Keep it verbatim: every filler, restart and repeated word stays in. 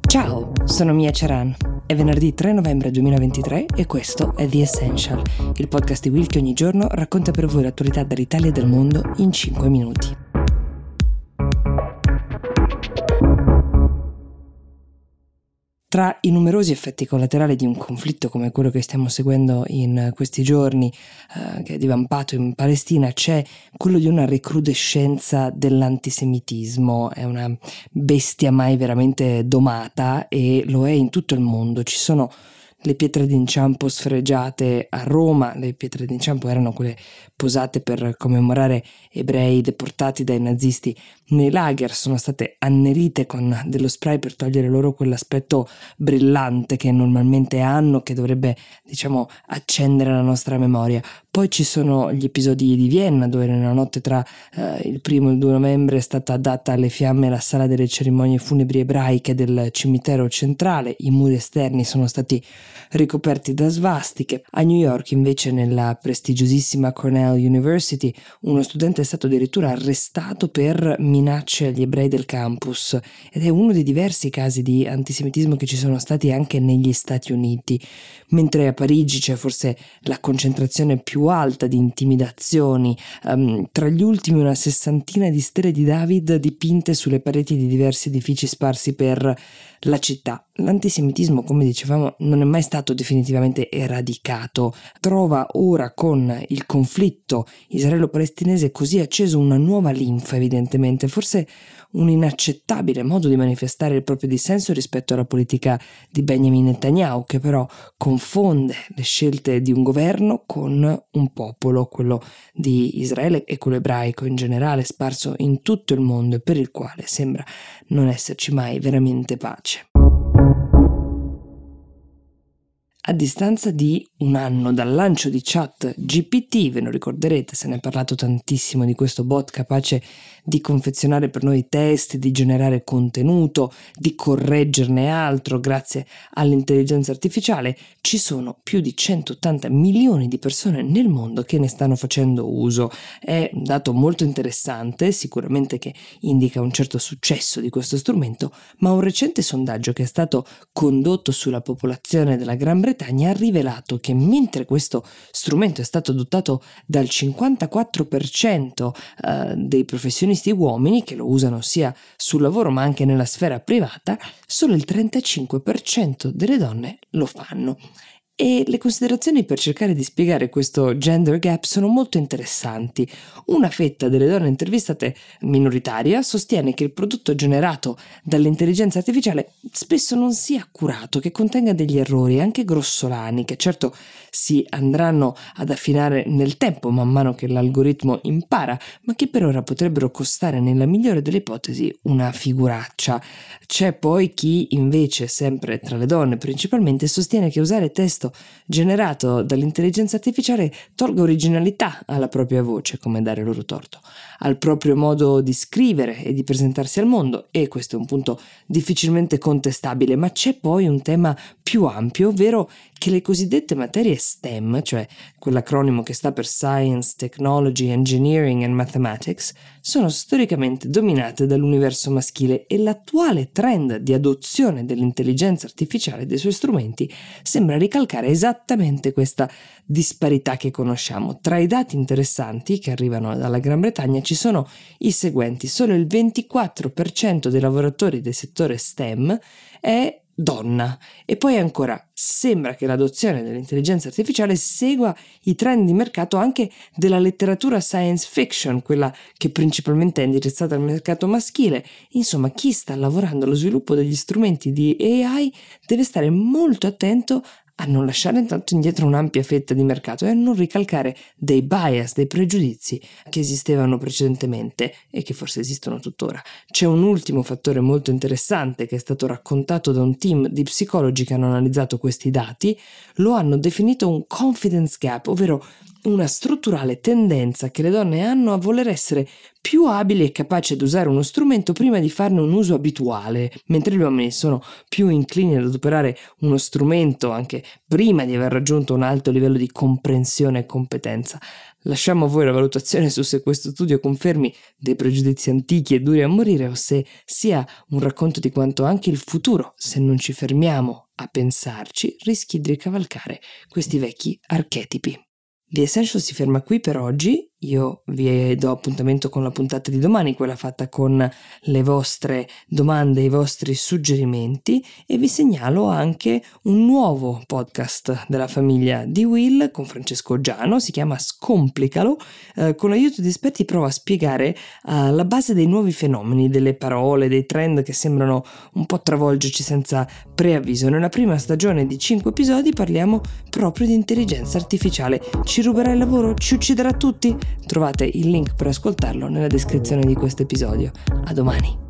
Ciao, sono Mia Ceran. È venerdì tre novembre duemilaventitré e questo è The Essential, il podcast di Will che ogni giorno racconta per voi l'attualità dall'Italia e dal mondo in cinque minuti. Tra i numerosi effetti collaterali di un conflitto come quello che stiamo seguendo in questi giorni, eh, che è divampato in Palestina, c'è quello di una recrudescenza dell'antisemitismo. È una bestia mai veramente domata e lo è in tutto il mondo. Ci sono le pietre d'inciampo sfregiate a Roma. Le pietre d'inciampo erano quelle posate per commemorare ebrei deportati dai nazisti nei lager, sono state annerite con dello spray per togliere loro quell'aspetto brillante che normalmente hanno, che dovrebbe, diciamo, accendere la nostra memoria. Poi ci sono gli episodi di Vienna, dove nella notte tra eh, il primo e il due novembre è stata data alle fiamme la sala delle cerimonie funebri ebraiche del cimitero centrale. I muri esterni sono stati ricoperti da svastiche. A New York, invece, nella prestigiosissima Cornell University, uno studente è stato addirittura arrestato per minacce agli ebrei del campus, ed è uno dei diversi casi di antisemitismo che ci sono stati anche negli Stati Uniti. Mentre a Parigi c'è forse la concentrazione più alta di intimidazioni, um, tra gli ultimi una sessantina di stelle di David dipinte sulle pareti di diversi edifici sparsi per la città. L'antisemitismo, come dicevamo, non è mai stato definitivamente eradicato. Trova ora, con il conflitto israelo-palestinese così acceso, una nuova linfa, evidentemente, forse un inaccettabile modo di manifestare il proprio dissenso rispetto alla politica di Benjamin Netanyahu, che però confonde le scelte di un governo con un popolo, quello di Israele e quello ebraico in generale, sparso in tutto il mondo e per il quale sembra non esserci mai veramente pace. A distanza di un anno dal lancio di ChatGPT, ve lo ricorderete, se ne è parlato tantissimo di questo bot capace di confezionare per noi testi, di generare contenuto, di correggerne altro grazie all'intelligenza artificiale, ci sono più di centottanta milioni di persone nel mondo che ne stanno facendo uso. È un dato molto interessante, sicuramente che indica un certo successo di questo strumento, ma un recente sondaggio che è stato condotto sulla popolazione della Gran Bretagna ha rivelato che mentre questo strumento è stato adottato dal cinquantaquattro per cento eh, dei professionisti uomini, che lo usano sia sul lavoro ma anche nella sfera privata, solo il trentacinque per cento delle donne lo fanno. E le considerazioni per cercare di spiegare questo gender gap sono molto interessanti. Una fetta delle donne intervistate, minoritaria, sostiene che il prodotto generato dall'intelligenza artificiale spesso non sia accurato, che contenga degli errori anche grossolani, che certo si andranno ad affinare nel tempo man mano che l'algoritmo impara, ma che per ora potrebbero costare nella migliore delle ipotesi una figuraccia. C'è poi chi invece, sempre tra le donne principalmente, sostiene che usare testo generato dall'intelligenza artificiale tolga originalità alla propria voce, come dare loro torto, al proprio modo di scrivere e di presentarsi al mondo, e questo è un punto difficilmente contestabile. Ma c'è poi un tema più ampio, ovvero che le cosiddette materie STEM, cioè quell'acronimo che sta per Science, Technology, Engineering and Mathematics, sono storicamente dominate dall'universo maschile, e l'attuale trend di adozione dell'intelligenza artificiale e dei suoi strumenti sembra ricalcare esattamente questa disparità che conosciamo. Tra i dati interessanti che arrivano dalla Gran Bretagna ci sono i seguenti: solo il ventiquattro per cento dei lavoratori del settore STEM è donna, e poi ancora sembra che l'adozione dell'intelligenza artificiale segua i trend di mercato anche della letteratura science fiction, quella che principalmente è indirizzata al mercato maschile. Insomma, chi sta lavorando allo sviluppo degli strumenti di A I deve stare molto attento a non lasciare intanto indietro un'ampia fetta di mercato e a non ricalcare dei bias, dei pregiudizi che esistevano precedentemente e che forse esistono tuttora. C'è un ultimo fattore molto interessante che è stato raccontato da un team di psicologi che hanno analizzato questi dati. Lo hanno definito un confidence gap, ovvero una strutturale tendenza che le donne hanno a voler essere più abili e capaci ad usare uno strumento prima di farne un uso abituale, mentre gli uomini sono più inclini ad adoperare uno strumento anche prima di aver raggiunto un alto livello di comprensione e competenza. Lasciamo a voi la valutazione su se questo studio confermi dei pregiudizi antichi e duri a morire o se sia un racconto di quanto anche il futuro, se non ci fermiamo a pensarci, rischi di ricavalcare questi vecchi archetipi. The Essential si ferma qui per oggi, io vi do appuntamento con la puntata di domani, quella fatta con le vostre domande e i vostri suggerimenti, e vi segnalo anche un nuovo podcast della famiglia di Will con Francesco Giano, si chiama Scomplicalo, eh, con l'aiuto di esperti prova a spiegare eh, la base dei nuovi fenomeni, delle parole, dei trend che sembrano un po' travolgerci senza preavviso. Nella prima stagione di cinque episodi parliamo proprio di intelligenza artificiale. Ci ruberà il lavoro? Ci ucciderà tutti? Trovate il link per ascoltarlo nella descrizione di questo episodio. A domani!